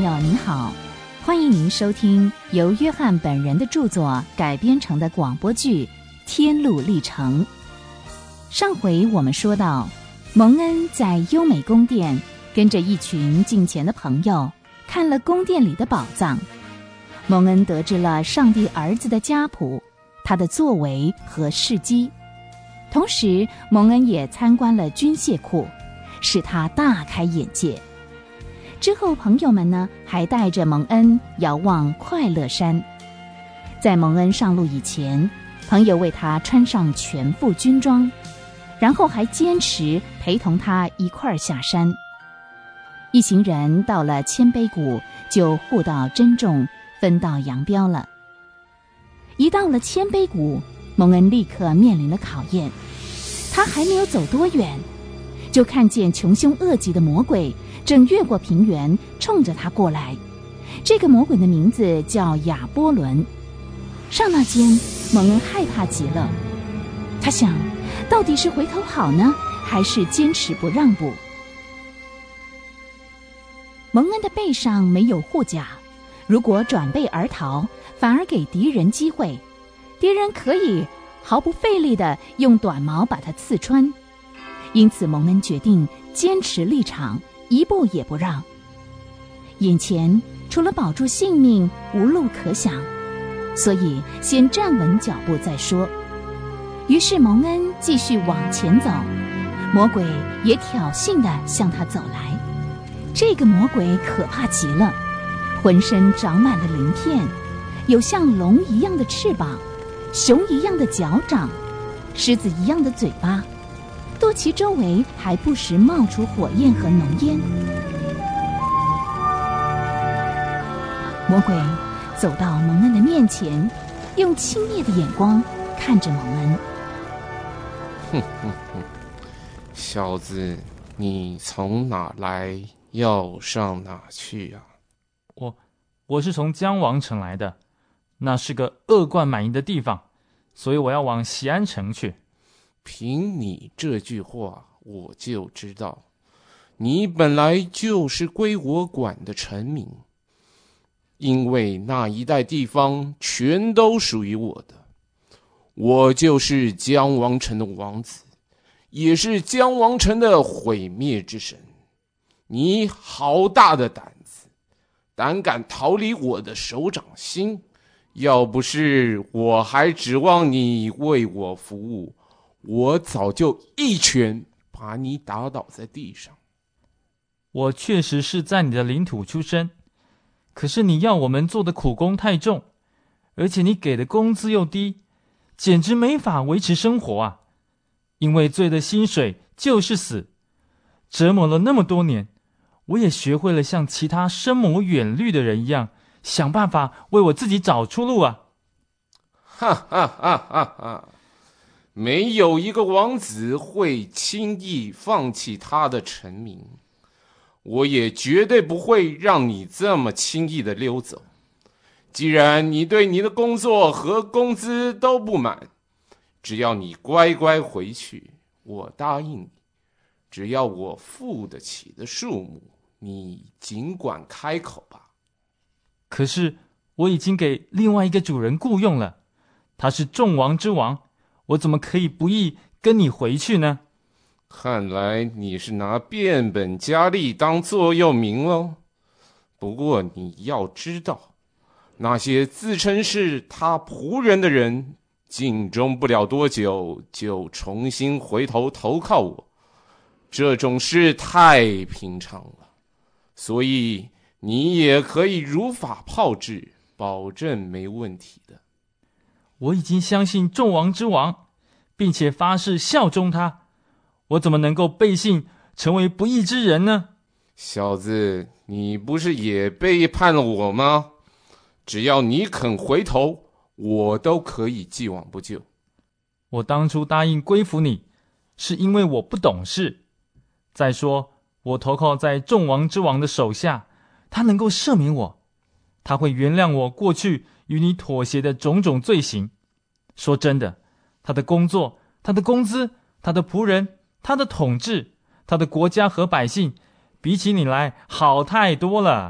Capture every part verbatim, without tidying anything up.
朋友您好，欢迎您收听由约翰本人的著作改编成的广播剧《天路历程》。上回我们说到，蒙恩在优美宫殿跟着一群敬虔的朋友看了宫殿里的宝藏，蒙恩得知了上帝儿子的家谱，他的作为和事迹。同时蒙恩也参观了军械库，使他大开眼界。之后朋友们呢，还带着蒙恩遥望快乐山。在蒙恩上路以前，朋友为他穿上全副军装，然后还坚持陪同他一块儿下山。一行人到了千杯谷，就互道珍重，分道扬镳了。一到了千杯谷，蒙恩立刻面临了考验。他还没有走多远，就看见穷凶恶极的魔鬼正越过平原冲着他过来。这个魔鬼的名字叫亚波伦。刹那间蒙恩害怕极了，他想，到底是回头好呢，还是坚持不让步？蒙恩的背上没有护甲，如果转背而逃，反而给敌人机会，敌人可以毫不费力地用短矛把他刺穿。因此蒙恩决定坚持立场，一步也不让。眼前除了保住性命，无路可想，所以先站稳脚步再说。于是蒙恩继续往前走，魔鬼也挑衅地向他走来。这个魔鬼可怕极了，浑身长满了鳞片，有像龙一样的翅膀，熊一样的脚掌，狮子一样的嘴巴，肚脐周围还不时冒出火焰和浓烟。魔鬼走到蒙恩的面前，用轻蔑的眼光看着蒙恩。 哼哼哼，小子，你从哪来，要上哪去啊？ 我我是从江王城来的，那是个恶贯满盈的地方，所以我要往锡安城去。 凭你这句话，我就知道，你本来就是归我管的臣民，因为那一带地方全都属于我的。我就是江王城的王子，也是江王城的毁灭之神。你好大的胆子，胆敢逃离我的手掌心！要不是我还指望你为我服务，我早就一拳把你打倒在地上。 我确实是在你的领土出生，可是你要我们做的苦工太重，而且你给的工资又低，简直没法维持生活啊！因为罪的薪水就是死，折磨了那么多年，我也学会了像其他深谋远虑的人一样，想办法为我自己找出路啊！ 哈哈哈哈哈！没有一个王子会轻易放弃他的臣民，我也绝对不会让你这么轻易的溜走。既然你对你的工作和工资都不满，只要你乖乖回去，我答应你，只要我付得起的数目，你尽管开口吧。 可是我已经给另外一个主人雇用了，他是众王之王，我怎么可以不义跟你回去呢？ 看来你是拿变本加厉当座右铭喽。不过你要知道，那些自称是他仆人的人，尽忠不了多久就重新回头投靠我，这种事太平常了。所以你也可以如法炮制，保证没问题的。 我已经相信众王之王，并且发誓效忠他，我怎么能够背信成为不义之人呢？ 小子，你不是也背叛了我吗？只要你肯回头，我都可以既往不咎。 我当初答应归服你，是因为我不懂事。再说，我投靠在众王之王的手下，他能够赦免我，他会原谅我过去与你妥协的种种罪行。说真的，他的工作，他的工资，他的仆人，他的统治，他的国家和百姓，比起你来好太多了。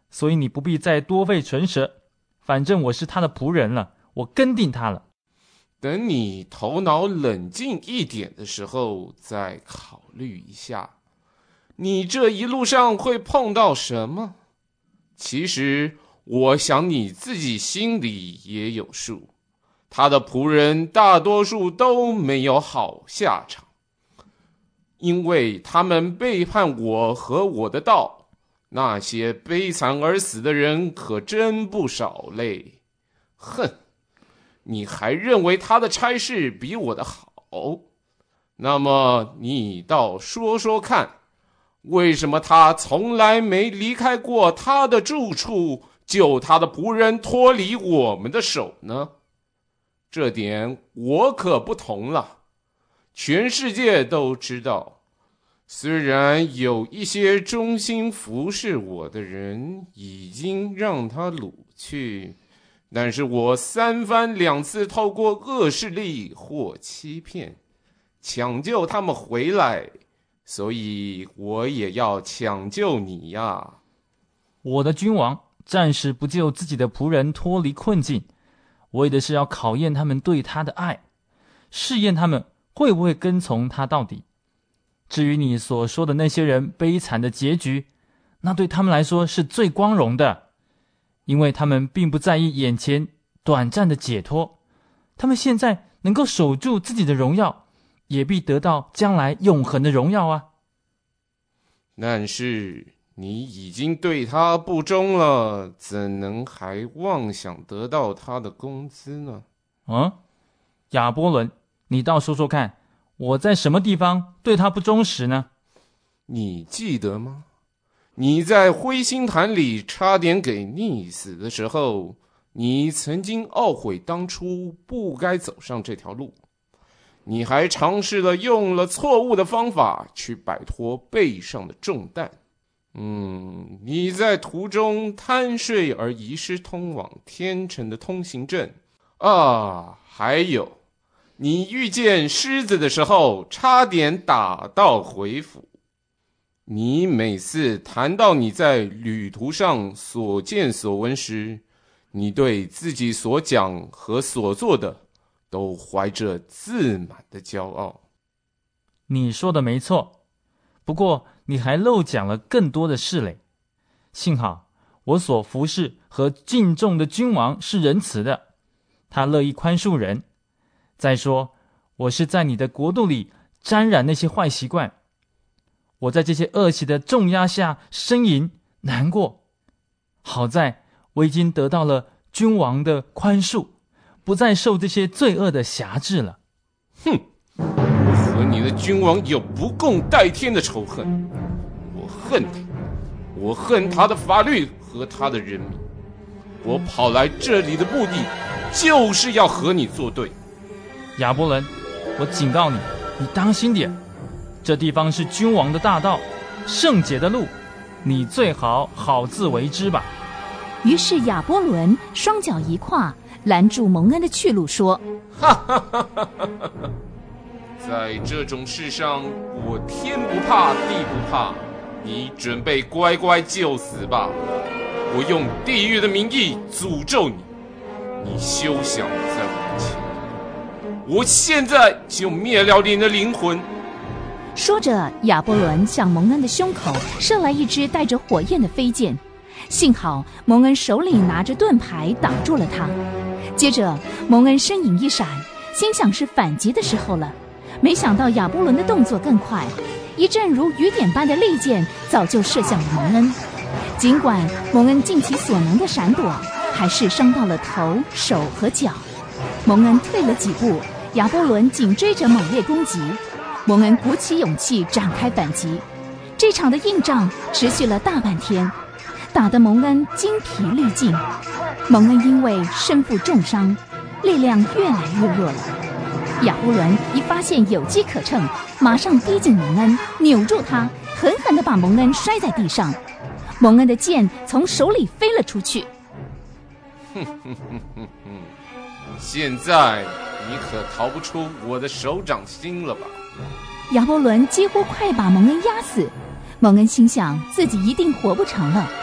所以你不必再多费唇舌，反正我是他的仆人了，我跟定他了。 等你头脑冷静一点的时候，再考虑一下，你这一路上会碰到什么？其实，我想你自己心里也有数，他的仆人大多数都没有好下场，因为他们背叛我和我的道，那些悲惨而死的人可真不少嘞。哼！你还认为他的差事比我的好？那么你倒说说看，为什么他从来没离开过他的住处，救他的仆人脱离我们的手呢？这点我可不同了。全世界都知道，虽然有一些忠心服侍我的人已经让他掳去，但是我三番两次透过恶势力或欺骗抢救他们回来，所以我也要抢救你呀。 我的君王暂时不救自己的仆人脱离困境，为的是要考验他们对他的爱，试验他们会不会跟从他到底。至于你所说的那些人悲惨的结局，那对他们来说是最光荣的，因为他们并不在意眼前短暂的解脱，他们现在能够守住自己的荣耀，也必得到将来永恒的荣耀啊。 但是你已经对他不忠了，怎能还妄想得到他的工资呢？ 嗯，亚波伦，你倒说说看，我在什么地方对他不忠实呢？ 你记得吗？你在灰心坛里差点给溺死的时候，你曾经懊悔当初不该走上这条路，你还尝试了用了错误的方法去摆脱背上的重担。嗯，你在途中贪睡而遗失通往天城的通行证啊，还有你遇见狮子的时候差点打道回府。你每次谈到你在旅途上所见所闻时，你对自己所讲和所做的都怀着自满的骄傲。 你说的没错，不过你还漏讲了更多的事嘞。幸好我所服侍和敬重的君王是仁慈的，他乐意宽恕人。再说，我是在你的国度里沾染那些坏习惯，我在这些恶习的重压下呻吟难过，好在我已经得到了君王的宽恕，不再受这些罪恶的辖制了。 哼，我和你的君王有不共戴天的仇恨，我恨他，我恨他的法律和他的人民。我跑来这里的目的就是要和你作对。 亚伯伦，我警告你，你当心点，这地方是君王的大道，圣洁的路，你最好好自为之吧。 于是亚波伦双脚一跨，拦住蒙恩的去路，说： 哈哈哈哈哈哈！在这种事上，我天不怕地不怕，你准备乖乖就死吧！我用地狱的名义诅咒你，你休想再往前！我现在就灭了你的灵魂！ 说着，亚波伦向蒙恩的胸口射来一支带着火焰的飞箭，幸好蒙恩手里拿着盾牌挡住了他。接着蒙恩身影一闪，心想是反击的时候了，没想到亚波伦的动作更快，一阵如雨点般的利箭早就射向了蒙恩。尽管蒙恩尽其所能的闪躲，还是伤到了头、手和脚。蒙恩退了几步，亚波伦紧追着猛烈攻击。蒙恩鼓起勇气展开反击。这场的硬仗持续了大半天，打得蒙恩精疲力尽。蒙恩因为身负重伤，力量越来越弱了。亚波伦一发现有机可乘，马上逼近蒙恩，扭住他，狠狠地把蒙恩摔在地上。蒙恩的剑从手里飞了出去。 哼哼哼哼哼，现在你可逃不出我的手掌心了吧？ 亚波伦几乎快把蒙恩压死，蒙恩心想自己一定活不成了。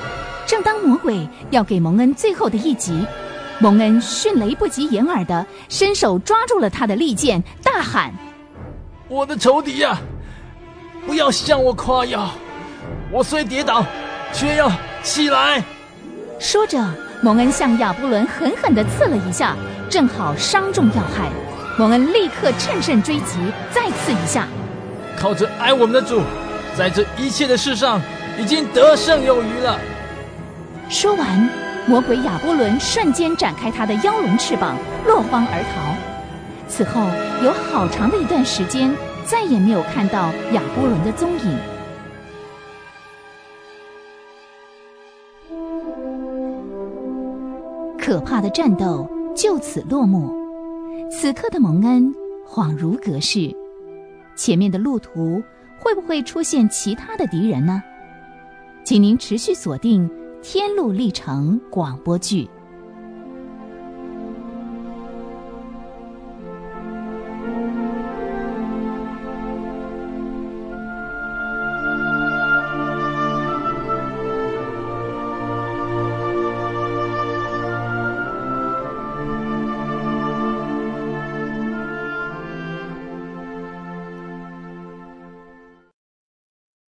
正当魔鬼要给蒙恩最后的一击，蒙恩迅雷不及掩耳地伸手抓住了他的利剑，大喊： 我的仇敌呀，不要向我夸耀，我虽跌倒，却要起来。 说着，蒙恩向亚波伦狠狠地刺了一下，正好伤中要害。蒙恩立刻趁胜追击，再刺一下。 靠着爱我们的主，在这一切的事上已经得胜有余了。 说完，魔鬼亚波伦瞬间展开他的妖龙翅膀，落荒而逃。此后有好长的一段时间，再也没有看到亚波伦的踪影。可怕的战斗就此落幕。此刻的蒙恩恍如隔世，前面的路途会不会出现其他的敌人呢？请您持续锁定天路历程广播剧。